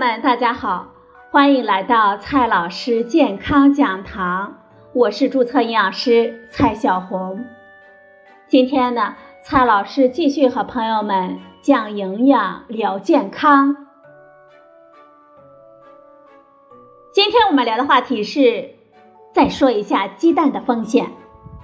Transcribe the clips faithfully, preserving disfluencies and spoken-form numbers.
们大家好，欢迎来到蔡老师健康讲堂，我是注册营养师蔡小红。今天呢，蔡老师继续和朋友们讲营养聊健康。今天我们聊的话题是再说一下鸡蛋的风险。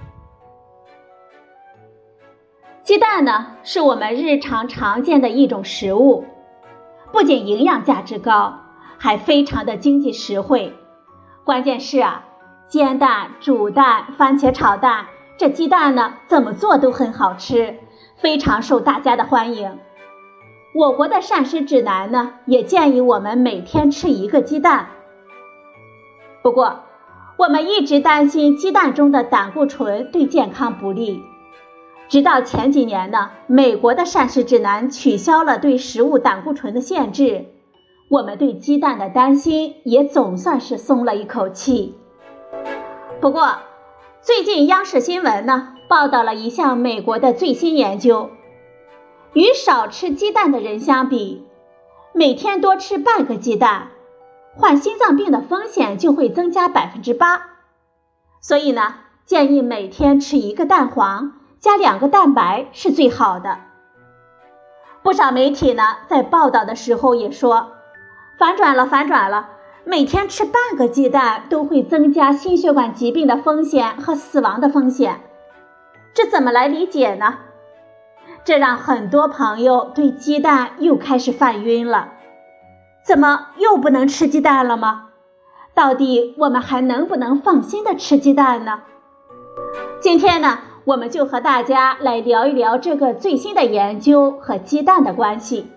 鸡蛋呢，是我们日常常见的一种食物，不仅营养价值高，还非常的经济实惠。关键是啊，煎蛋、煮蛋、番茄炒蛋，这鸡蛋呢怎么做都很好吃，非常受大家的欢迎。我国的膳食指南呢，也建议我们每天吃一个鸡蛋。不过，我们一直担心鸡蛋中的胆固醇对健康不利。直到前几年呢，美国的膳食指南取消了对食物胆固醇的限制，我们对鸡蛋的担心也总算是松了一口气。不过，最近央视新闻呢报道了一项美国的最新研究，与少吃鸡蛋的人相比，每天多吃半个鸡蛋，患心脏病的风险就会增加 百分之八。 所以呢，建议每天吃一个蛋黄加两个蛋白是最好的。不少媒体呢在报道的时候也说，反转了反转了，每天吃半个鸡蛋都会增加心血管疾病的风险和死亡的风险。这怎么来理解呢？这让很多朋友对鸡蛋又开始犯晕了。怎么又不能吃鸡蛋了吗？到底我们还能不能放心的吃鸡蛋呢？今天呢，我们就和大家来聊一聊这个最新的研究和鸡蛋的关系。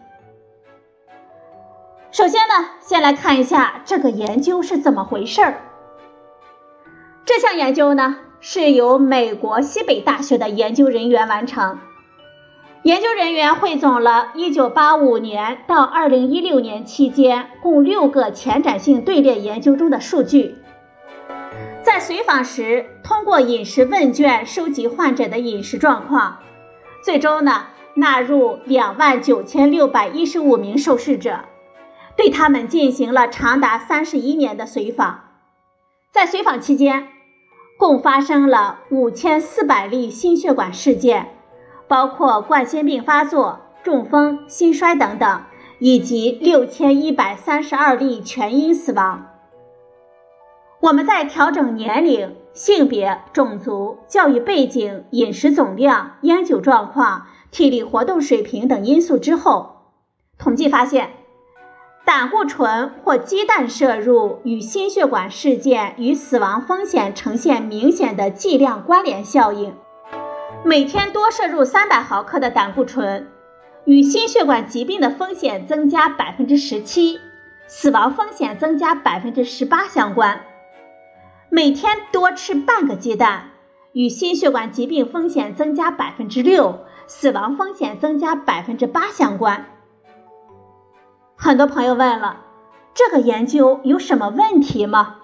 首先呢，先来看一下这个研究是怎么回事儿。这项研究呢，是由美国西北大学的研究人员完成。研究人员汇总了一九八五年到二零一六年期间共六个前瞻性队列研究中的数据。在随访时，通过饮食问卷收集患者的饮食状况，最终呢纳入两万九千六百一十五名受试者，对他们进行了长达三十一年的随访。在随访期间，共发生了五千四百例心血管事件，包括冠心病发作、中风、心衰等等，以及六千一百三十二例全因死亡。我们在调整年龄、性别、种族、教育背景、饮食总量、烟酒状况、体力活动水平等因素之后，统计发现，胆固醇或鸡蛋摄入与心血管事件与死亡风险呈现明显的剂量关联效应。每天多摄入三百毫克的胆固醇，与心血管疾病的风险增加 百分之十七， 死亡风险增加 百分之十八 相关。每天多吃半个鸡蛋，与心血管疾病风险增加 百分之六， 死亡风险增加 百分之八 相关。很多朋友问了，这个研究有什么问题吗？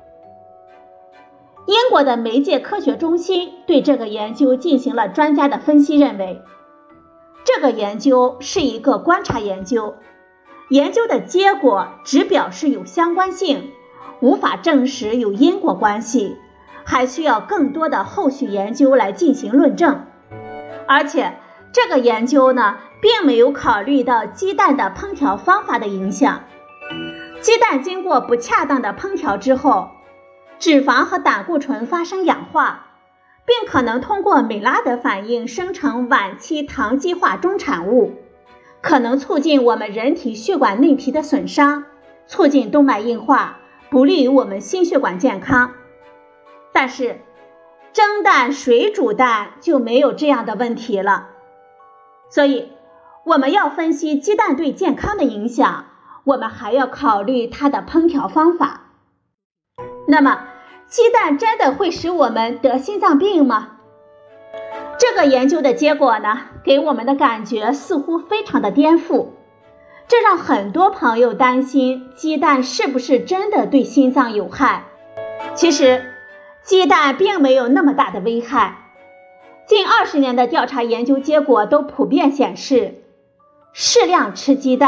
英国的媒介科学中心对这个研究进行了专家的分析，认为这个研究是一个观察研究，研究的结果只表示有相关性，无法证实有因果关系，还需要更多的后续研究来进行论证。而且这个研究呢，并没有考虑到鸡蛋的烹调方法的影响。鸡蛋经过不恰当的烹调之后，脂肪和胆固醇发生氧化，并可能通过美拉德反应生成晚期糖基化中产物，可能促进我们人体血管内皮的损伤，促进动脉硬化，不利于我们心血管健康。但是蒸蛋、水煮蛋就没有这样的问题了。所以我们要分析鸡蛋对健康的影响，我们还要考虑它的烹调方法。那么鸡蛋真的会使我们得心脏病吗？这个研究的结果呢，给我们的感觉似乎非常的颠覆，这让很多朋友担心鸡蛋是不是真的对心脏有害。其实鸡蛋并没有那么大的危害。近二十年的调查研究结果都普遍显示，适量吃鸡蛋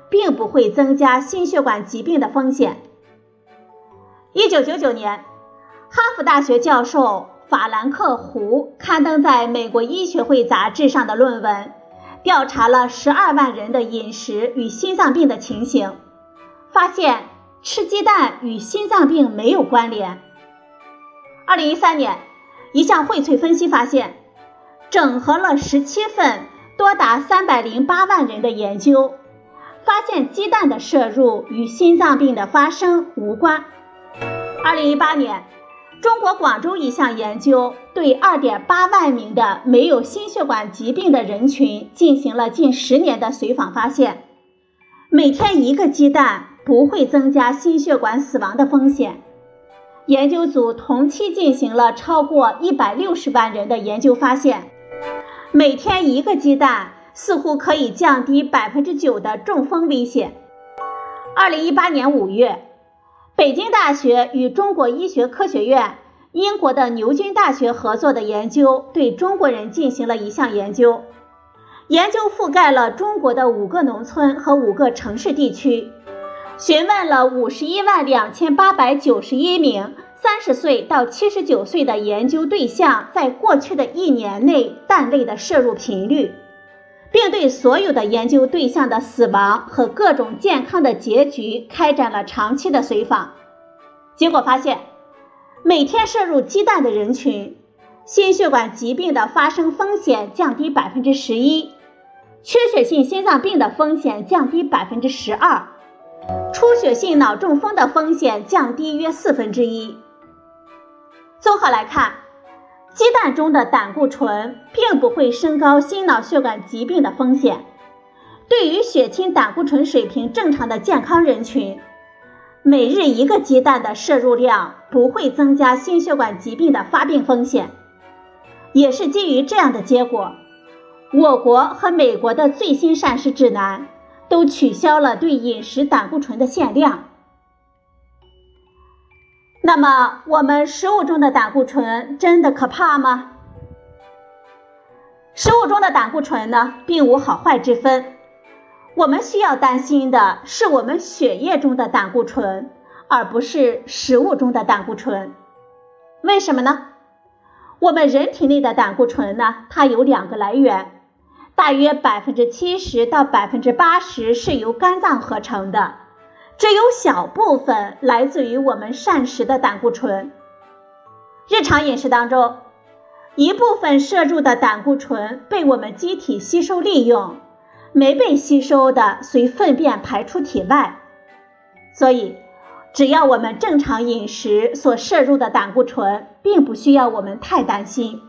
并不会增加心血管疾病的风险。一九九九年，哈佛大学教授法兰克胡刊登在美国医学会杂志上的论文，调查了十二万人的饮食与心脏病的情形，发现吃鸡蛋与心脏病没有关联。二零一三年，一项荟萃分析发现，整合了十七份多达三百零八万人的研究，发现鸡蛋的摄入与心脏病的发生无关。二零一八年，中国广州一项研究对 二点八万名的没有心血管疾病的人群进行了近十年的随访，发现每天一个鸡蛋不会增加心血管死亡的风险。研究组同期进行了超过一百六十万人的研究，发现每天一个鸡蛋似乎可以降低 百分之九 的中风危险。二零一八年五月，北京大学与中国医学科学院、英国的牛津大学合作的研究对中国人进行了一项研究，研究覆盖了中国的五个农村和五个城市地区，询问了五十一万两千八百九十一名三十岁到七十九岁的研究对象在过去的一年内蛋类的摄入频率，并对所有的研究对象的死亡和各种健康的结局开展了长期的随访。结果发现，每天摄入鸡蛋的人群，心血管疾病的发生风险降低 百分之十一， 缺血性心脏病的风险降低 百分之十二， 出血性脑中风的风险降低约四分之一。综合来看，鸡蛋中的胆固醇并不会升高心脑血管疾病的风险。对于血清胆固醇水平正常的健康人群，每日一个鸡蛋的摄入量不会增加心血管疾病的发病风险。也是基于这样的结果，我国和美国的最新膳食指南都取消了对饮食胆固醇的限量。那么我们食物中的胆固醇真的可怕吗？食物中的胆固醇呢，并无好坏之分。我们需要担心的是我们血液中的胆固醇，而不是食物中的胆固醇。为什么呢？我们人体内的胆固醇呢，它有两个来源，大约 百分之七十 到 百分之八十 是由肝脏合成的，只有小部分来自于我们膳食的胆固醇。日常饮食当中，一部分摄入的胆固醇被我们机体吸收利用，没被吸收的随粪便排出体外。所以只要我们正常饮食所摄入的胆固醇，并不需要我们太担心。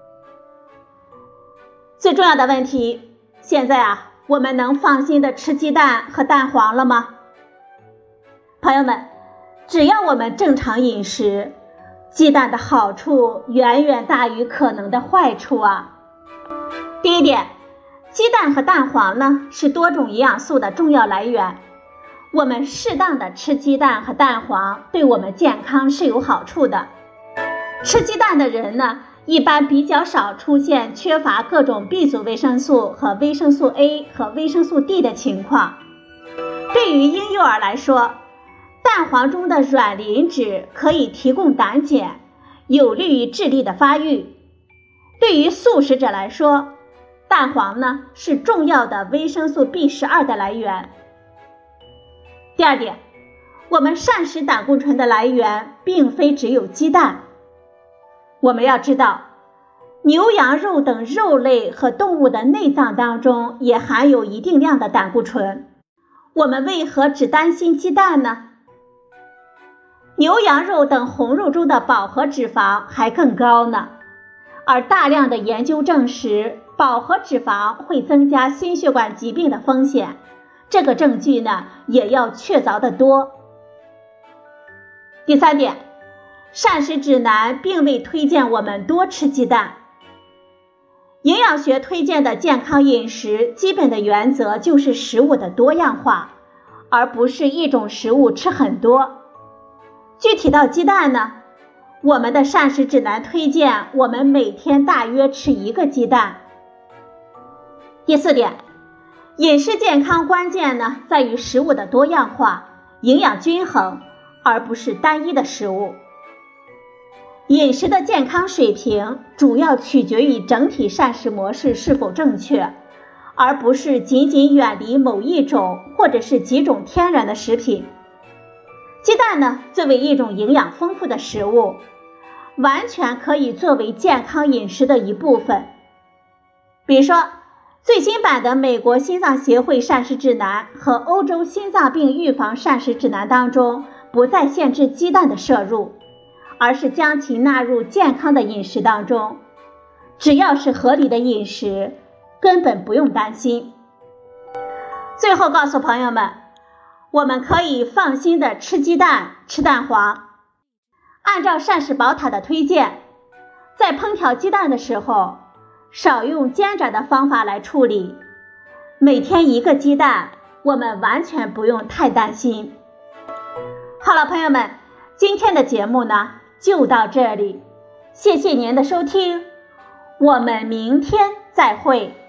最重要的问题，现在啊，我们能放心的吃鸡蛋和蛋黄了吗？朋友们，只要我们正常饮食，鸡蛋的好处远远大于可能的坏处啊。第一点，鸡蛋和蛋黄呢，是多种营养素的重要来源。我们适当的吃鸡蛋和蛋黄，对我们健康是有好处的。吃鸡蛋的人呢，一般比较少出现缺乏各种 B 族维生素和维生素 A 和维生素 D 的情况。对于婴幼儿来说，蛋黄中的卵磷脂可以提供胆碱，有利于智力的发育。对于素食者来说，蛋黄呢是重要的维生素 B 十二 的来源。第二点，我们膳食胆固醇的来源并非只有鸡蛋。我们要知道，牛羊肉等肉类和动物的内脏当中也含有一定量的胆固醇。我们为何只担心鸡蛋呢？牛羊肉等红肉中的饱和脂肪还更高呢，而大量的研究证实，饱和脂肪会增加心血管疾病的风险，这个证据呢，也要确凿得多。第三点，膳食指南并未推荐我们多吃鸡蛋。营养学推荐的健康饮食基本的原则就是食物的多样化，而不是一种食物吃很多。具体到鸡蛋呢，我们的膳食指南推荐我们每天大约吃一个鸡蛋。第四点， 饮食健康关键呢，在于食物的多样化、营养均衡，而不是单一的食物。饮食的健康水平主要取决于整体膳食模式是否正确，而不是仅仅远离某一种或者是几种天然的食品。鸡蛋呢，作为一种营养丰富的食物，完全可以作为健康饮食的一部分。比如说，最新版的美国心脏协会膳食指南和欧洲心脏病预防膳食指南当中，不再限制鸡蛋的摄入，而是将其纳入健康的饮食当中。只要是合理的饮食，根本不用担心。最后告诉朋友们，我们可以放心的吃鸡蛋、吃蛋黄。按照膳食宝塔的推荐，在烹调鸡蛋的时候，少用煎炸的方法来处理。每天一个鸡蛋，我们完全不用太担心。好了，朋友们，今天的节目呢就到这里，谢谢您的收听，我们明天再会。